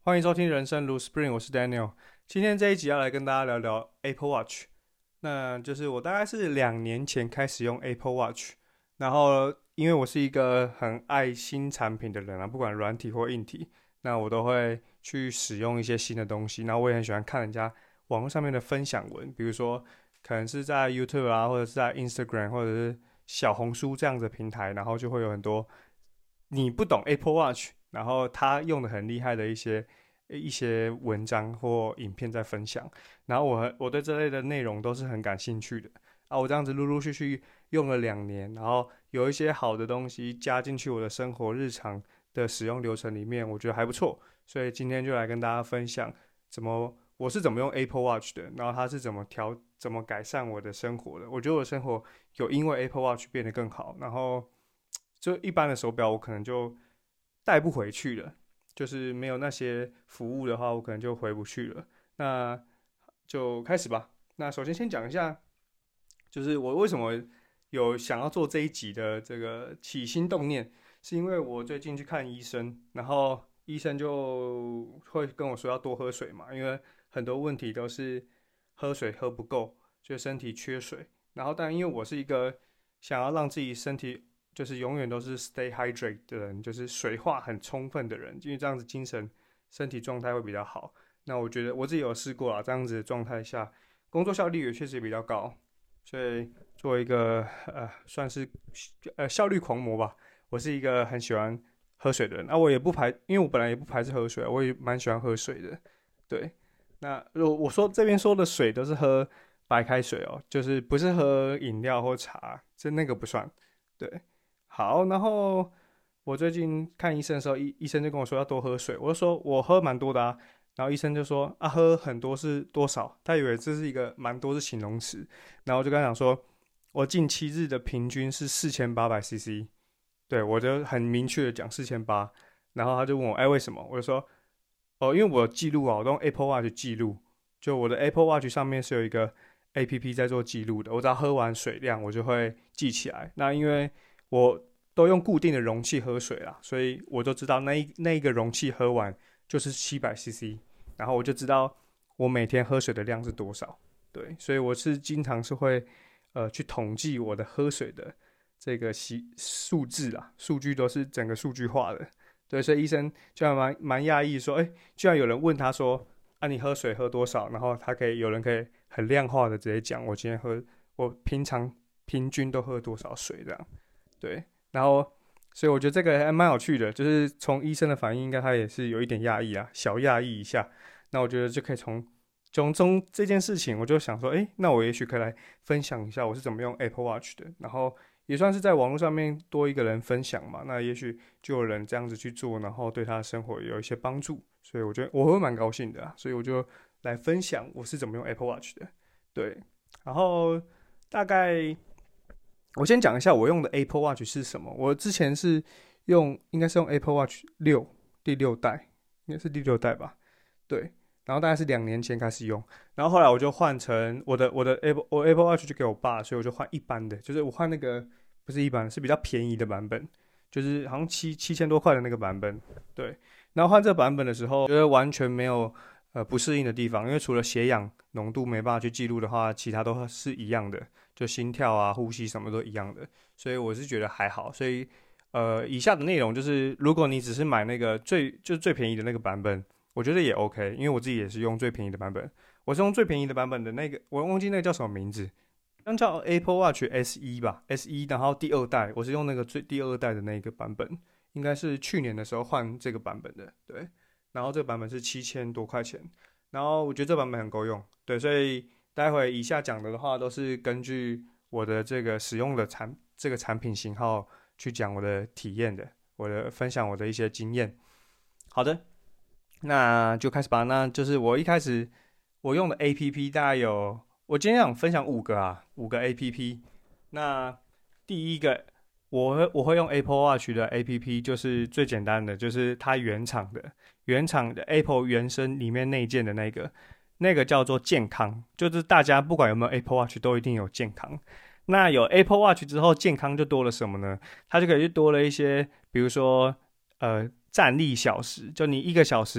欢迎收听人生如 Spring， 我是 Daniel。今天这一集要来跟大家聊聊 Apple Watch。那就是我大概是2年前开始用 Apple Watch，然后因为我是一个很爱新产品的人啊，不管软体或硬体，那我都会去使用一些新的东西。然后我也很喜欢看人家网络上面的分享文，比如说可能是在 YouTube 啊，或者是在 Instagram 或者是小红书这样子的平台，然后就会有很多你不懂 Apple Watch，然后他用的很厉害的一些文章或影片在分享，然后我对这类的内容都是很感兴趣的啊。我这样子陆陆续续用了2年，然后有一些好的东西加进去我的生活日常的使用流程里面，我觉得还不错，所以今天就来跟大家分享我是怎么用 Apple Watch 的，然后它是怎么改善我的生活的。我觉得我的生活有因为 Apple Watch 变得更好，然后就一般的手表我可能就带不回去了，就是没有那些服务的话，我可能就回不去了。那就开始吧。那首先先讲一下，就是我为什么有想要做这一集的这个起心动念，是因为我最近去看医生，然后医生就会跟我说要多喝水嘛，因为很多问题都是喝水喝不够，就身体缺水。然后但因为我是一个想要让自己身体就是永远都是 stay hydrate 的人，就是水化很充分的人，因为这样子身体状态会比较好。那我觉得我自己有试过啦，这样子的状态下，工作效率也确实比较高。所以作为一个算是效率狂魔吧，我是一个很喜欢喝水的人。那我也不排，因为我本来也不排斥喝水，我也蛮喜欢喝水的。对，那我说这边说的水都是喝白开水哦，就是不是喝饮料或茶，那个不算。对，好，然后我最近看医生的时候，医生就跟我说要多喝水，我就说我喝蛮多的啊，然后医生就说啊，喝很多是多少？他以为这是一个蛮多是形容词，然后我就跟他讲说，我近7日的平均是4800 CC，对我就很明确的讲4800，然后他就问我，哎，为什么？我就说，哦，因为我有记录啊，我都用 Apple Watch 记录，就我的 Apple Watch 上面是有一个 APP 在做记录的，我只要喝完水量，我就会记起来。那因为我都用固定的容器喝水啦，所以我就知道那一个容器喝完就是700 CC，然后我就知道我每天喝水的量是多少。对，所以我是经常是会去统计我的喝水的这个数字啦，数据都是整个数据化的。对，所以医生就还蛮讶异说，哎，居然有人问他说，啊，你喝水喝多少？然后有人可以很量化的直接讲，我平常平均都喝多少水这样。对，然后所以我觉得这个还蛮有趣的，就是从医生的反应，应该他也是有一点讶异啊，小讶异一下。那我觉得就可以从中这件事情，我就想说，那我也许可以来分享一下我是怎么用 Apple Watch 的，然后也算是在网络上面多一个人分享嘛，那也许就有人这样子去做，然后对他的生活有一些帮助，所以我觉得我会蛮高兴的啊，所以我就来分享我是怎么用 Apple Watch 的。对，然后大概我先讲一下我用的 Apple Watch 是什么。我之前应该是用 Apple Watch 第6代，应该是第6代吧。对，然后大概是2年前开始用，然后后来我就换成我 Apple Watch 就给我爸，所以我就换一般的，就是我换那个不是一般的，是比较便宜的版本，就是好像7000多块的那个版本。对，然后换这个版本的时候，觉得完全没有不适应的地方，因为除了血氧浓度没办法去记录的话，其他都是一样的，就心跳啊、呼吸什么都一样的，所以我是觉得还好。所以以下的内容就是，如果你只是买那个最便宜的那个版本，我觉得也 OK， 因为我自己也是用最便宜的版本，我是用最便宜的版本的那个，我忘记那个叫什么名字，好像叫 Apple Watch SE 吧，SE，然后第2代，我是用那个第2代的那个版本，应该是去年的时候换这个版本的，对，然后这个版本是7000多块钱，然后我觉得这版本很够用，对，所以待会以下讲的话都是根据我的这个使用的这个产品型号去讲我的体验的，分享我的一些经验。好的。那就开始吧。那就是我一开始我用的 APP 大概有，我今天想分享5个 APP。那第一个我会用 Apple Watch 的 APP，就是最简单的，就是它原厂的 Apple 原生里面内建的那个叫做健康，就是大家不管有没有 Apple Watch 都一定有健康。那有 Apple Watch 之后，健康就多了什么呢？它就可以多了一些，比如说站立小时，就你1个小时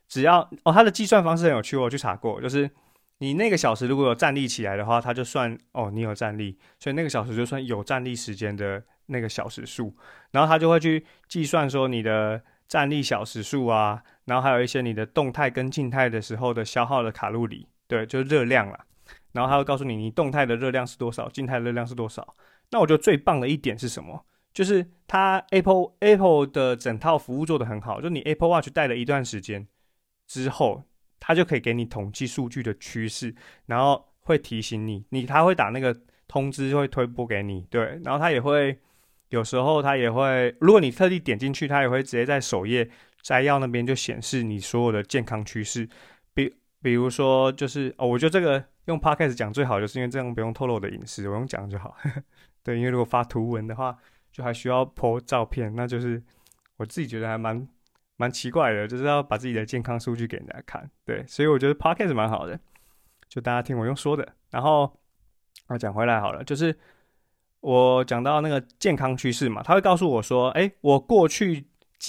只要它的计算方式很有趣，我去查过，就是你那个小时如果有站立起来的话，它就算你有站立，所以那个小时就算有站立时间的那个小时数，然后它就会去计算说你的站立小时数啊，然后还有一些你的动态跟静态的时候的消耗的卡路里，对，就是热量啦。然后它会告诉你，你动态的热量是多少，静态的热量是多少。那我觉得最棒的一点是什么？就是它 Apple 的整套服务做得很好，就你 Apple Watch 戴了一段时间之后，它就可以给你统计数据的趋势，然后会提醒你，它会打那个通知会推播给你，对，然后它也会有时候它也会，如果你特地点进去，它也会直接在首页摘要那边就显示你所有的健康趋势，比如说就是我觉得这个用 podcast 讲最好，就是因为这样不用透露我的隐私，我用讲就好。对，因为如果发图文的话，就还需要 po 照片，那就是我自己觉得还蛮奇怪的，就是要把自己的健康数据给人家看。对，所以我觉得 podcast 蛮好的，就大家听我用说的。然后讲回来好了，就是我讲到那个健康趋势嘛，他会告诉我说，我过去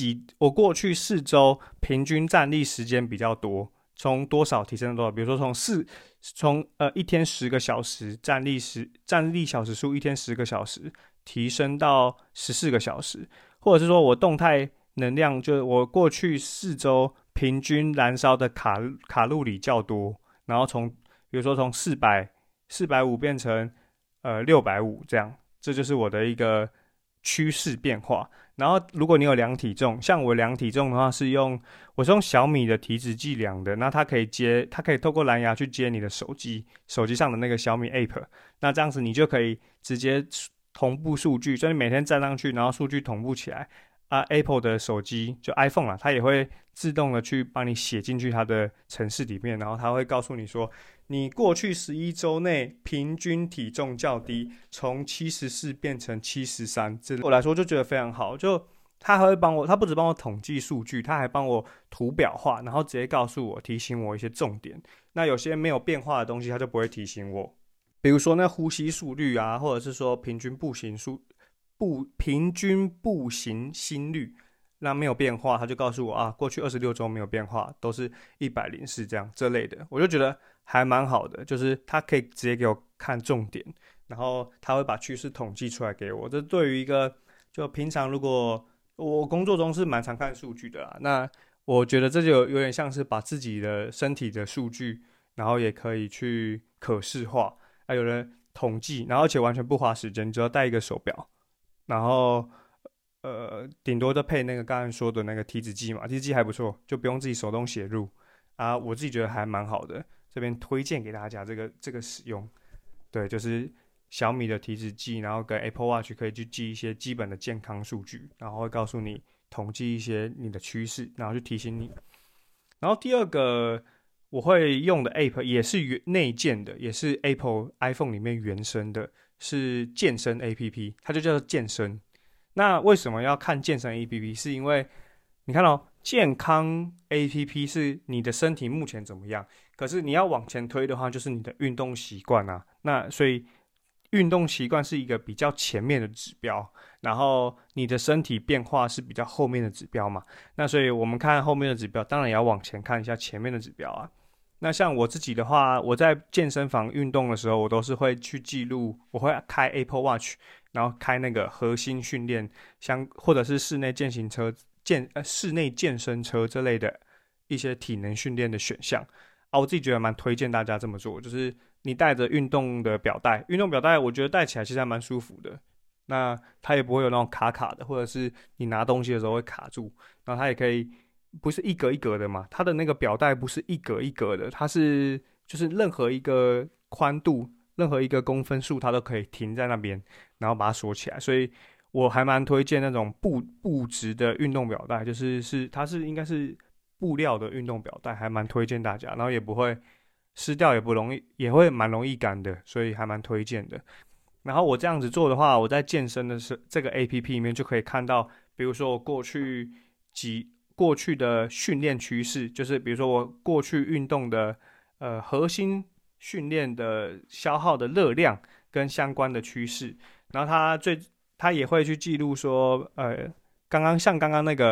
4周平均站立时间比较多，从多少提升到多少？比如说从一天10个小时站立小时数，一天10个小时提升到14个小时，或者是说我动态能量，就是我过去4周平均燃烧的卡路里较多，然后比如说从450变成650这样，这就是我的一个趋势变化。然后如果你有量体重，像我量体重的话我是用小米的体脂计量的，那它可以透过蓝牙去接你的手机上的那个小米 App， 那这样子你就可以直接同步数据，就你每天站上去，然后数据同步起来啊。Apple 的手机就 iPhone 啦，它也会自动的去帮你写进去它的程式里面，然后它会告诉你说，你过去11周内平均体重较低，从74变成73，这对我来说就觉得非常好。就他还会他不止帮我统计数据，他还帮我图表化，然后直接告诉我，提醒我一些重点。那有些没有变化的东西，他就不会提醒我。比如说那呼吸速率啊，或者是说平均步行心率，那没有变化，他就告诉我啊，过去26周没有变化，都是104这类的，我就觉得还蛮好的，就是他可以直接给我看重点，然后他会把趋势统计出来给我。这对于一个就平常如果我工作中是蛮常看数据的啦，那我觉得这就有点像是把自己的身体的数据，然后也可以去可视化，有人统计，然后而且完全不花时间，你只要带一个手表，然后顶多就配那个刚才说的那个体脂计嘛，体脂计还不错，就不用自己手动写入啊，我自己觉得还蛮好的，这边推荐给大家这个使用。对，就是小米的体脂计，然后跟 Apple Watch 可以去记一些基本的健康数据，然后会告诉你统计一些你的趋势，然后去提醒你。然后第二个我会用的 App 也是内建的，也是 Apple iPhone 里面原生的，是健身 App， 它就叫做健身。那为什么要看健身 App？ 是因为你看健康 App 是你的身体目前怎么样，可是你要往前推的话，就是你的运动习惯啊。那所以运动习惯是一个比较前面的指标，然后你的身体变化是比较后面的指标嘛。那所以我们看后面的指标，当然也要往前看一下前面的指标啊。那像我自己的话，我在健身房运动的时候，我都是会去记录，我会开 Apple Watch， 然后开那个核心训练或者是室内健身车这类的一些体能训练的选项啊。我自己觉得蛮推荐大家这么做，就是你带着运动表带我觉得戴起来其实还蛮舒服的，那它也不会有那种卡卡的，或者是你拿东西的时候会卡住，然后它也可以不是一格一格的嘛，它的那个表带不是一格一格的，它是就是任何一个宽度，任何一个公分数它都可以停在那边，然后把它锁起来。所以我还蛮推荐那种布质的运动表带，它应该是布料的运动表带，还蛮推荐大家，然后也不会湿掉，也不容易，也会蛮容易干的，所以还蛮推荐的。然后我这样子做的话，我在健身的这个 APP 里面就可以看到，比如说我过去的训练趋势，就是比如说我过去运动的核心训练的消耗的热量跟相关的趋势，然后它也会去记录说，刚刚那个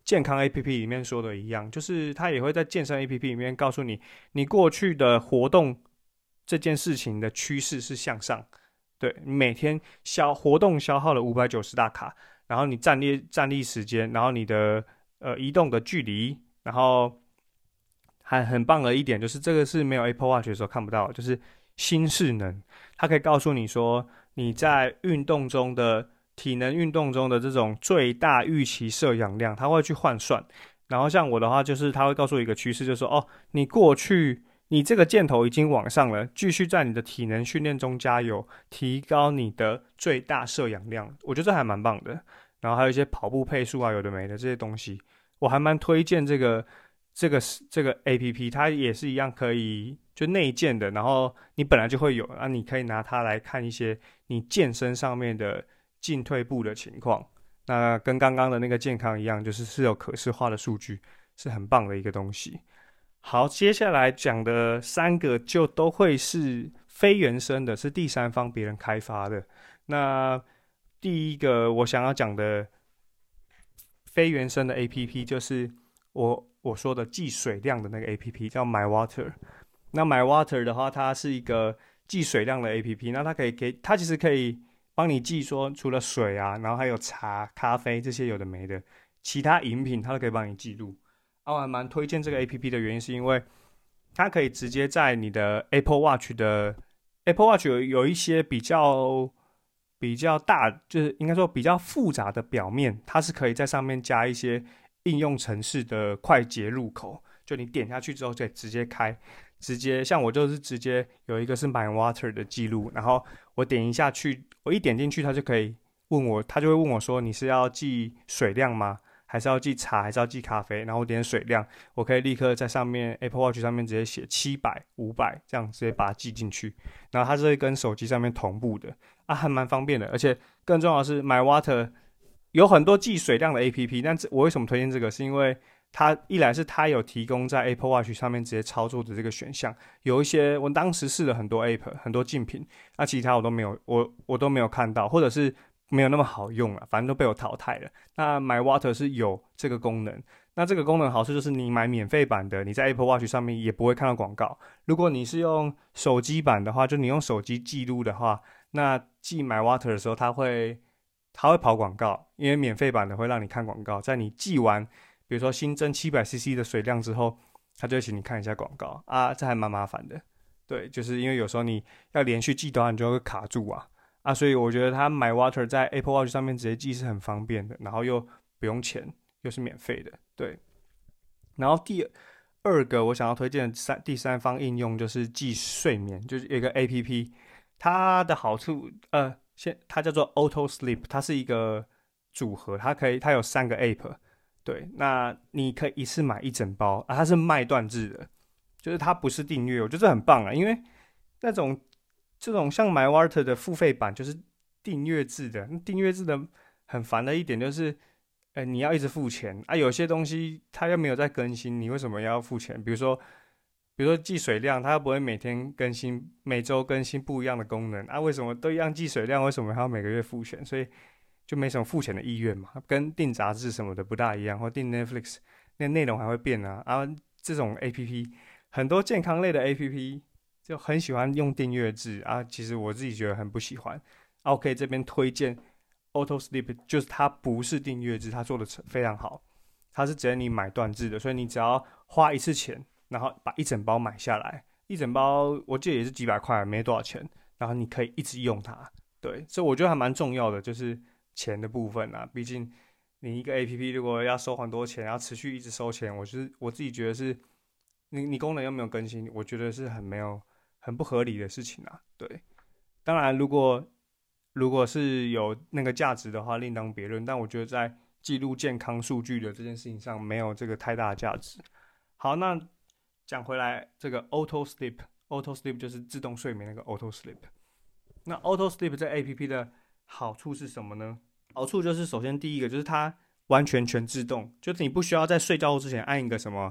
健康 APP 里面说的一样，就是它也会在健身 APP 里面告诉你，你过去的活动这件事情的趋势是向上。对，你每天活动消耗了590大卡，然后你站立时间，然后你的移动的距离，然后还很棒的一点就是这个是没有 Apple Watch 的时候看不到的，就是心势能，它可以告诉你说你在运动中的体能运动中的这种最大预期摄氧量，它会去换算。然后像我的话，就是它会告诉我一个趋势，就是说哦，你过去你这个箭头已经往上了，继续在你的体能训练中加油，提高你的最大摄氧量。我觉得这还蛮棒的。然后还有一些跑步配速啊，有的没的这些东西，我还蛮推荐这个 APP， 它也是一样可以就内建的，然后你本来就会有啊，你可以拿它来看一些你健身上面的进退步的情况。那跟刚刚的那个健康一样，就是有可视化的数据，是很棒的一个东西。好，接下来讲的3个就都会是非原生的，是第三方别人开发的。那第一个我想要讲的非原生的 APP 就是我说的计水量的那个 APP， 叫 My Water。那 My Water 的话，它是一个计水量的 APP， 那它其实可以帮你记说，除了水啊，然后还有茶、咖啡这些有的没的，其他饮品它都可以帮你记录。我还蛮推荐这个 APP 的原因，是因为它可以直接在你的 Apple Watch 有一些比较大，就是应该说比较复杂的表面，它是可以在上面加一些应用程式的快捷入口，就你点下去之后就直接开，像我就是直接有一个是 My Water 的记录，然后我点一下去，我一点进去，它就会问我说你是要记水量吗？还是要记茶，还是要记咖啡？然后我点水量，我可以立刻在上面 Apple Watch 上面直接写700、500，这样直接把它记进去。然后它是会跟手机上面同步的啊，还蛮方便的。而且更重要的是 ，My Water 有很多记水量的 APP，但我为什么推荐这个？是因为它一来是它有提供在 Apple Watch 上面直接操作的这个选项，有一些我当时试了很多 App， 很多竞品，那其他我都没有，我都没有看到，或者是没有那么好用了，反正都被我淘汰了。那 My Water 是有这个功能，那这个功能好处就是你买免费版的，你在 Apple Watch 上面也不会看到广告。如果你是用手机版的话，就你用手机记录的话，那记 My Water 的时候，它会跑广告，因为免费版的会让你看广告。在你记完，比如说新增700cc 的水量之后，它就会请你看一下广告啊，这还蛮麻烦的。对，就是因为有时候你要连续记的话，你就会卡住啊，所以我觉得它 My Water 在 Apple Watch 上面直接记是很方便的，然后又不用钱，又是免费的，对。然后第二个我想要推荐的第三方应用就是记睡眠，就是有一个 APP， 它的好处它叫做 Auto Sleep， 它是一个组合，它有3个 App， 对，那你可以一次买一整包啊，它是卖断制的，就是它不是订阅，我觉得这很棒啊，因为这种像 My Water 的付费版就是订阅制的，订阅制的很烦的一点就是，你要一直付钱啊，有些东西它又没有在更新，你为什么要付钱？比如说记水量，它又不会每天更新，每周更新不一样的功能啊，为什么都一样记水量？为什么还要每个月付钱？所以就没什么付钱的意愿嘛，跟订杂志什么的不大一样，或订 Netflix 那内容还会变啊，这种 APP 很多健康类的 APP。就很喜欢用订阅制啊，其实我自己觉得很不喜欢。OK， 这边推荐 Auto Sleep， 就是它不是订阅制，它做的非常好，它是直接你买断制的，所以你只要花一次钱，然后把一整包买下来，一整包我记得也是几百块，没多少钱，然后你可以一直用它。对，所以我觉得还蛮重要的，就是钱的部分啊，毕竟你一个 APP 如果要收很多钱，要持续一直收钱，我自己觉得是你功能又没有更新，我觉得是很不合理的事情啊。对，当然如果是有那个价值的话，另当别论。但我觉得在记录健康数据的这件事情上，没有这个太大的价值。好，那讲回来，这个 Auto Sleep 就是自动睡眠那个 Auto Sleep。那 Auto Sleep 这 APP 的好处是什么呢？好处就是首先第一个就是它完全全自动，就是你不需要在睡觉之前按一个什么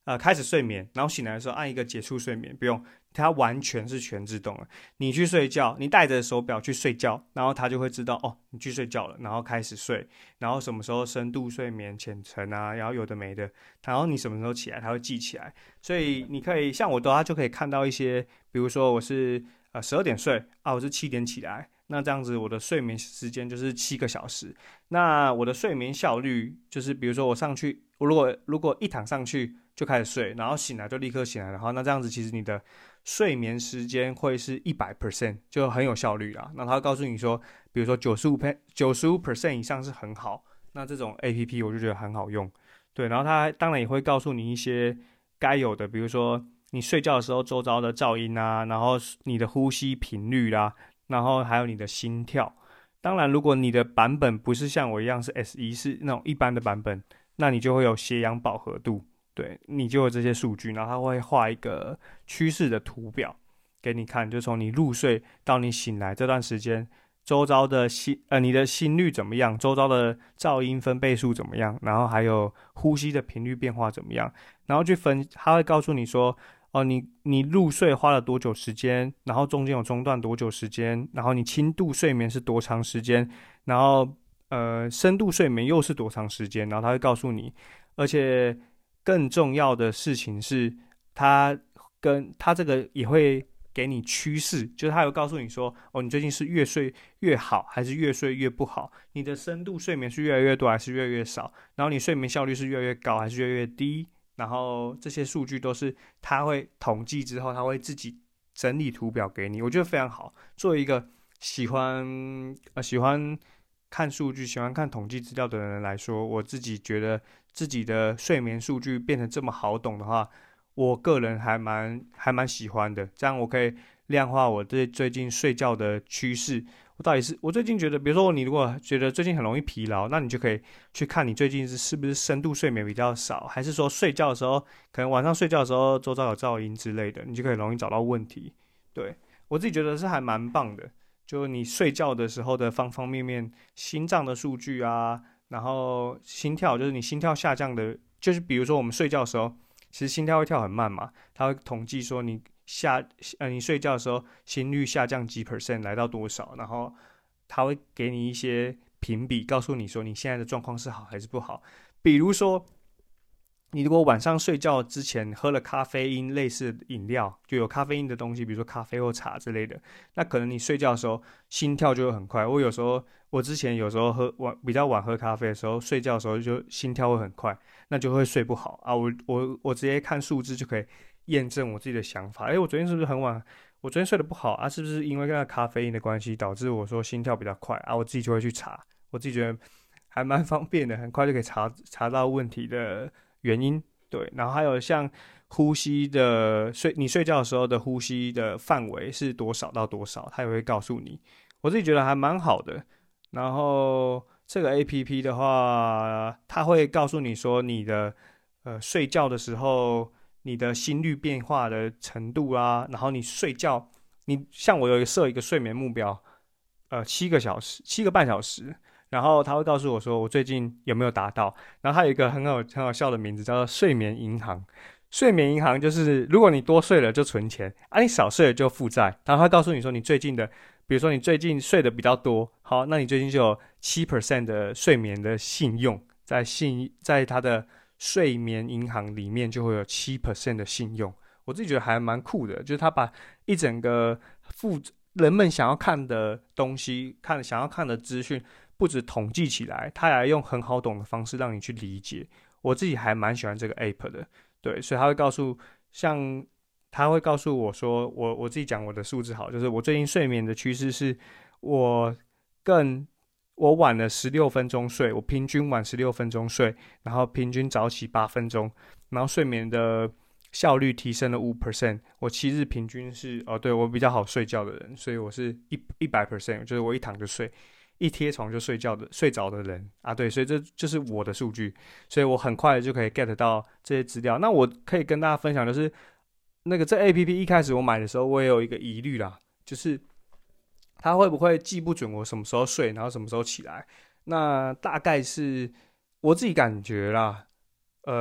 开始睡眠，然后醒来的时候按一个结束睡眠，不用，它完全是全自动的。你去睡觉，你带着手表去睡觉，然后它就会知道哦，你去睡觉了，然后开始睡，然后什么时候深度睡眠、浅层啊，然后有的没的，然后你什么时候起来，它会记起来。所以你可以像我的话，就可以看到一些，比如说我是12点睡啊，我是7点起来。那这样子，我的睡眠时间就是7个小时。那我的睡眠效率就是，比如说我上去，我如果一躺上去就开始睡，然后醒来就立刻醒来的话，那这样子其实你的睡眠时间会是100%，就很有效率啦。那他会告诉你说，比如说95% 以上是很好，那这种 APP 我就觉得很好用。对，然后他当然也会告诉你一些该有的，比如说你睡觉的时候周遭的噪音啊，然后你的呼吸频率啦。然后还有你的心跳。当然，如果你的版本不是像我一样是 S1，是那种一般的版本，那你就会有血氧饱和度，对，你就有这些数据，然后它会画一个趋势的图表给你看，就从你入睡到你醒来这段时间，周遭的你的心率怎么样，周遭的噪音分贝数怎么样，然后还有呼吸的频率变化怎么样，然后它会告诉你说。哦，你入睡花了多久时间？然后中间有中断多久时间？然后你轻度睡眠是多长时间？然后深度睡眠又是多长时间？然后他会告诉你，而且更重要的事情是，他这个也会给你趋势，就是他会告诉你说，哦，你最近是越睡越好，还是越睡越不好？你的深度睡眠是越来越多，还是越来越少？然后你睡眠效率是越来越高，还是越来越低？然后这些数据都是他会统计之后，他会自己整理图表给你，我觉得非常好。作为一个喜欢看数据、喜欢看统计资料的人来说，我自己觉得自己的睡眠数据变成这么好懂的话，我个人还蛮喜欢的。这样我可以量化我对最近睡觉的趋势。我最近觉得，比如说你如果觉得最近很容易疲劳，那你就可以去看你最近是不是深度睡眠比较少，还是说睡觉的时候可能晚上睡觉的时候周遭有噪音之类的，你就可以容易找到问题。对，我自己觉得是还蛮棒的，就你睡觉的时候的方方面面，心脏的数据啊，然后心跳，就是你心跳下降的，就是比如说我们睡觉的时候，其实心跳会跳很慢嘛，它会统计说你睡觉的时候心率下降几 percent 来到多少，然后他会给你一些评比，告诉你说你现在的状况是好还是不好。比如说，你如果晚上睡觉之前喝了咖啡因类似的饮料，就有咖啡因的东西，比如说咖啡或茶之类的，那可能你睡觉的时候心跳就会很快。我之前有时候比较晚喝咖啡的时候，睡觉的时候就心跳会很快，那就会睡不好啊。我直接看数字就可以验证我自己的想法。我昨天是不是很晚？我昨天睡得不好啊？是不是因为那个咖啡因的关系导致我说心跳比较快啊？我自己就会去查，我自己觉得还蛮方便的，很快就可以查到问题的原因。对，然后还有像呼吸的你睡觉的时候的呼吸的范围是多少到多少，它也会告诉你。我自己觉得还蛮好的。然后这个 APP 的话，它会告诉你说你的睡觉的时候你的心率变化的程度啊，然后你睡觉，你像我设一个睡眠目标，7个小时7个半小时，然后他会告诉我说我最近有没有达到，然后他有一个很好笑的名字叫做睡眠银行。睡眠银行就是如果你多睡了就存钱啊，你少睡了就负债。然后他告诉你说你最近的，比如说你最近睡得比较多，好，那你最近就有7% 的睡眠的信用，在他的睡眠银行里面就会有7% 的信用。我自己觉得还蛮酷的，就是他把一整个人们想要看的东西，想要看的资讯，不止统计起来，他还用很好懂的方式让你去理解。我自己还蛮喜欢这个 app 的。对，所以他会告诉我说，我自己讲我的数字好，就是我最近睡眠的趋势是，我更我晚了16分钟睡，我平均晚16分钟睡，然后平均早起8分钟，然后睡眠的效率提升了5%。我7日平均是对我比较好睡觉的人，所以我是100%，就是我一躺就睡。一贴床就睡着的人啊，对，所以这就是我的数据，所以我很快就可以 get 到这些资料。那我可以跟大家分享的是，这 APP 一开始我买的时候，我也有一个疑虑啦，就是它会不会记不准我什么时候睡，然后什么时候起来？那大概是我自己感觉啦，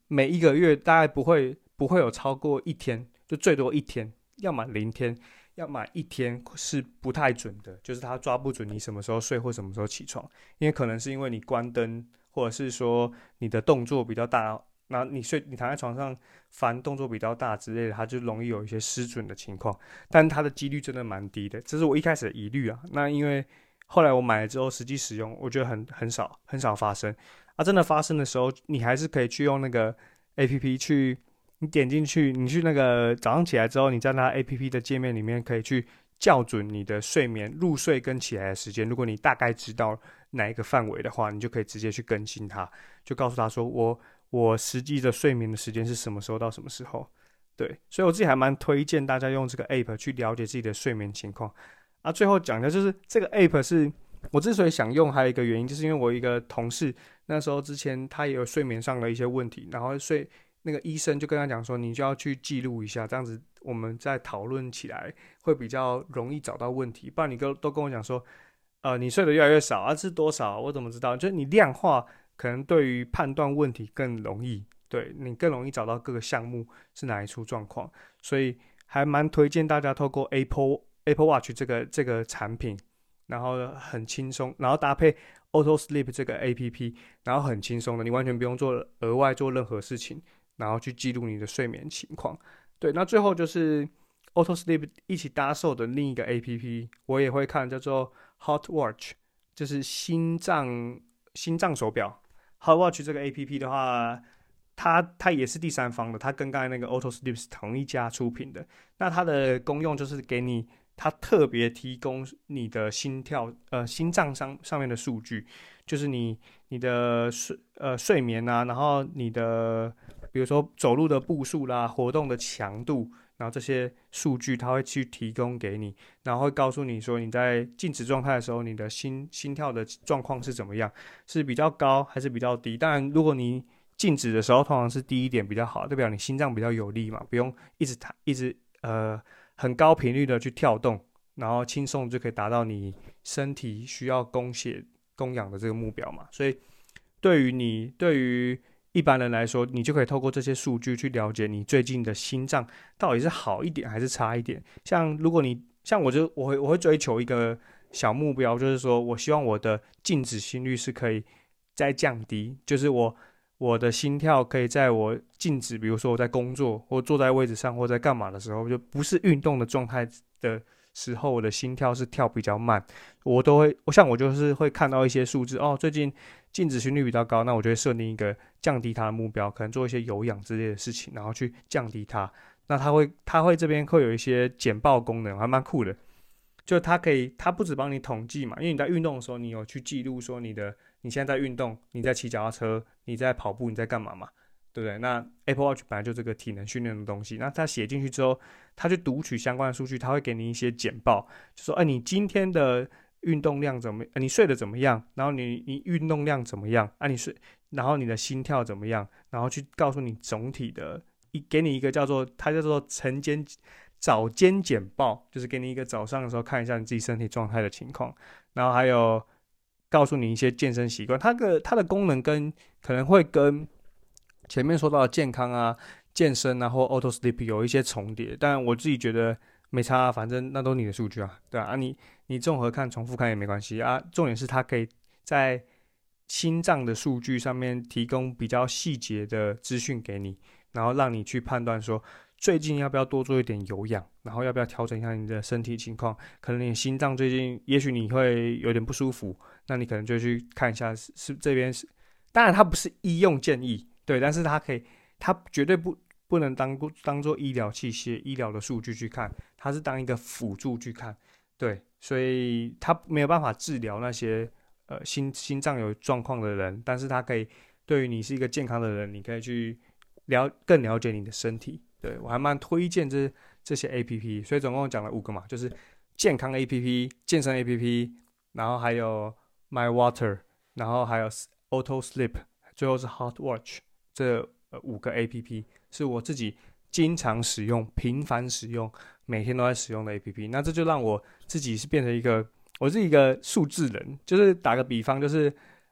每一个月大概不会有超过一天，就最多一天，要么0天，要么一天是不太准的，就是他抓不准你什么时候睡或什么时候起床，因为可能是因为你关灯，或者是说你的动作比较大，然后你躺在床上翻动作比较大之类的，它就容易有一些失准的情况，但它的几率真的蛮低的，这是我一开始的疑虑啊。那因为后来我买了之后实际使用，我觉得很少发生啊。真的发生的时候，你还是可以去用那个 APP 去，你点进去，你去那个早上起来之后，你在那 APP 的界面里面可以去校准你的睡眠入睡跟起来的时间。如果你大概知道哪一个范围的话，你就可以直接去更新它，就告诉他说我实际的睡眠的时间是什么时候到什么时候。对，所以我自己还蛮推荐大家用这个 app 去了解自己的睡眠情况啊。最后讲的就是这个 app 是我之所以想用，还有一个原因，就是因为我一个同事那时候之前他也有睡眠上的一些问题，然后那个医生就跟他讲说，你就要去记录一下，这样子我们再讨论起来会比较容易找到问题。不然你都跟我讲说，你睡得越来越少啊，是多少？我怎么知道？就是你量化，可能对于判断问题更容易，对你更容易找到各个项目是哪一出状况。所以还蛮推荐大家透过 Apple Watch 这个产品，然后很轻松，然后搭配 Auto Sleep 这个 APP， 然后很轻松的，你完全不用额外做任何事情，然后去记录你的睡眠情况。对，那最后就是 Auto Sleep 一起搭售的另一个 APP， 我也会看，叫做 Hot Watch， 就是心脏手表。Hot Watch 这个 APP 的话，它也是第三方的，它跟刚才那个 Auto Sleep 是同一家出品的。那它的功用就是给你，它特别提供你的心跳、心脏上面的数据，就是你的睡眠啊，然后你的比如说走路的步数啦、活动的强度，然后这些数据它会去提供给你，然后会告诉你说你在静止状态的时候，你的心跳的状况是怎么样，是比较高还是比较低。当然，如果你静止的时候通常是低一点比较好，代表你心脏比较有力嘛，不用一直很高频率的去跳动，然后轻松就可以达到你身体需要供氧的这个目标嘛。所以对于一般人来说，你就可以透过这些数据去了解你最近的心脏到底是好一点还是差一点。如果你像我会追求一个小目标，就是说我希望我的静止心率是可以再降低，就是我的心跳可以在我静止，比如说我在工作或坐在位置上或在干嘛的时候，就不是运动的状态的时候，我的心跳是跳比较慢。我就是会看到一些数字哦，最近静止心率比较高，那我就会设定一个降低它的目标，可能做一些有氧之类的事情，然后去降低它。那它会这边会有一些简报功能，还蛮酷的。就它不只帮你统计嘛，因为你在运动的时候，你有去记录说你现在在运动，你在骑脚踏车，你在跑步，你在干嘛嘛，对不对？那 Apple Watch 本来就这个体能训练的东西，那它写进去之后，它去读取相关的数据，它会给你一些简报，就说你今天的运动量怎么，你睡得怎么样，然后你运动量怎么样啊？然后你的心跳怎么样，然后去告诉你总体的，给你一个叫做早间简报，就是给你一个早上的时候看一下你自己身体状态的情况，然后还有告诉你一些健身习惯。它的功能可能会跟前面说到的健康啊、健身啊或 Auto Sleep 有一些重叠，但我自己觉得没差啊，反正那都是你的数据啊，对啊，你综合看、重复看也没关系啊。重点是它可以在心脏的数据上面提供比较细节的资讯给你，然后让你去判断说最近要不要多做一点有氧，然后要不要调整一下你的身体情况。可能你心脏最近，也许你会有点不舒服，那你可能就去看一下是这边是，当然它不是医用建议，对，但是它绝对不能当做医疗器械、医疗的数据去看，它是当一个辅助去看，对，所以它没有办法治疗那些心脏有状况的人，但是它可以对于你是一个健康的人，你可以去更了解你的身体。对，我还蛮推荐这些 APP， 所以总共讲了5个嘛，就是健康 APP、健身 APP， 然后还有 My Water， 然后还有 Auto Sleep， 最后是 Hot Watch， 这5个 APP 是我自己经常使用、频繁使用、每天都在使用的 APP。那这就让我自己是变成我是一个数字人，就是打个比方，就是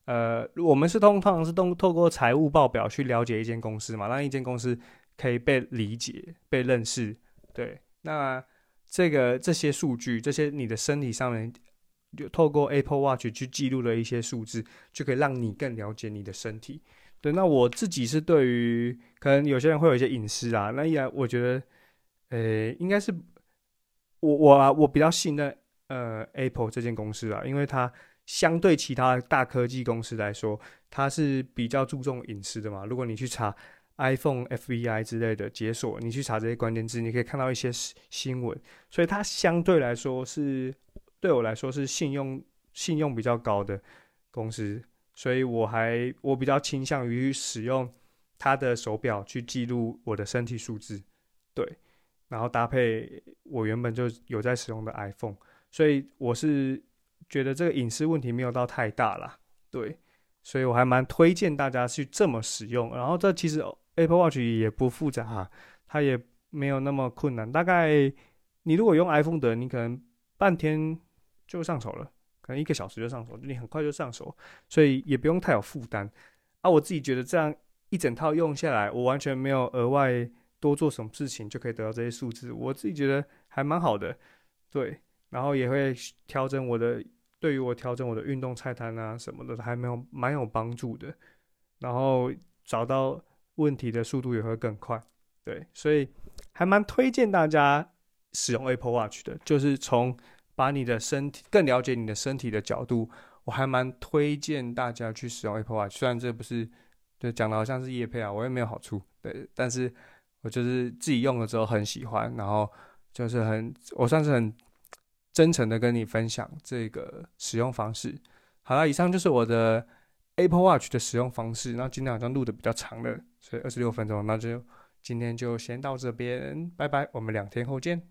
我们是通常是透过财务报表去了解一间公司嘛，让一间公司可以被理解、被认识。对，那这些数据，这些你的身体上面，就透过 Apple Watch 去记录的一些数字，就可以让你更了解你的身体。对，那我自己是对于可能有些人会有一些隐私啊，那依然我觉得，应该是我比较信任Apple 这间公司啊，因为它相对其他大科技公司来说，它是比较注重隐私的嘛。如果你去查 iPhone FBI 之类的解锁，你去查这些关键字，你可以看到一些新闻，所以它相对来说是对我来说是信用比较高的公司，所以我比较倾向于使用它的手表去记录我的身体数字，对。然后搭配我原本就有在使用的 iPhone，所以我是觉得这个隐私问题没有到太大啦，对，所以我还蛮推荐大家去这么使用。然后这其实 Apple Watch 也不复杂啊，它也没有那么困难。大概你如果用 iPhone 的，你可能半天就上手了，可能1个小时就上手，你很快就上手，所以也不用太有负担。啊，我自己觉得这样一整套用下来，我完全没有额外多做什么事情就可以得到这些数字，我自己觉得还蛮好的，对。然后也会调整对于我调整我的运动菜单啊什么的，还蛮有帮助的。然后找到问题的速度也会更快，对。所以还蛮推荐大家使用 Apple Watch 的，就是从把你的身体更了解你的身体的角度，我还蛮推荐大家去使用 Apple Watch。虽然这不是就讲的好像是业配啊，我也没有好处，对，但是我就是自己用了之后很喜欢，然后就是我算是很真诚的跟你分享这个使用方式。好了，以上就是我的 Apple Watch 的使用方式。那今天好像录的比较长了，所以26分钟，那就今天就先到这边，拜拜，我们2天后见。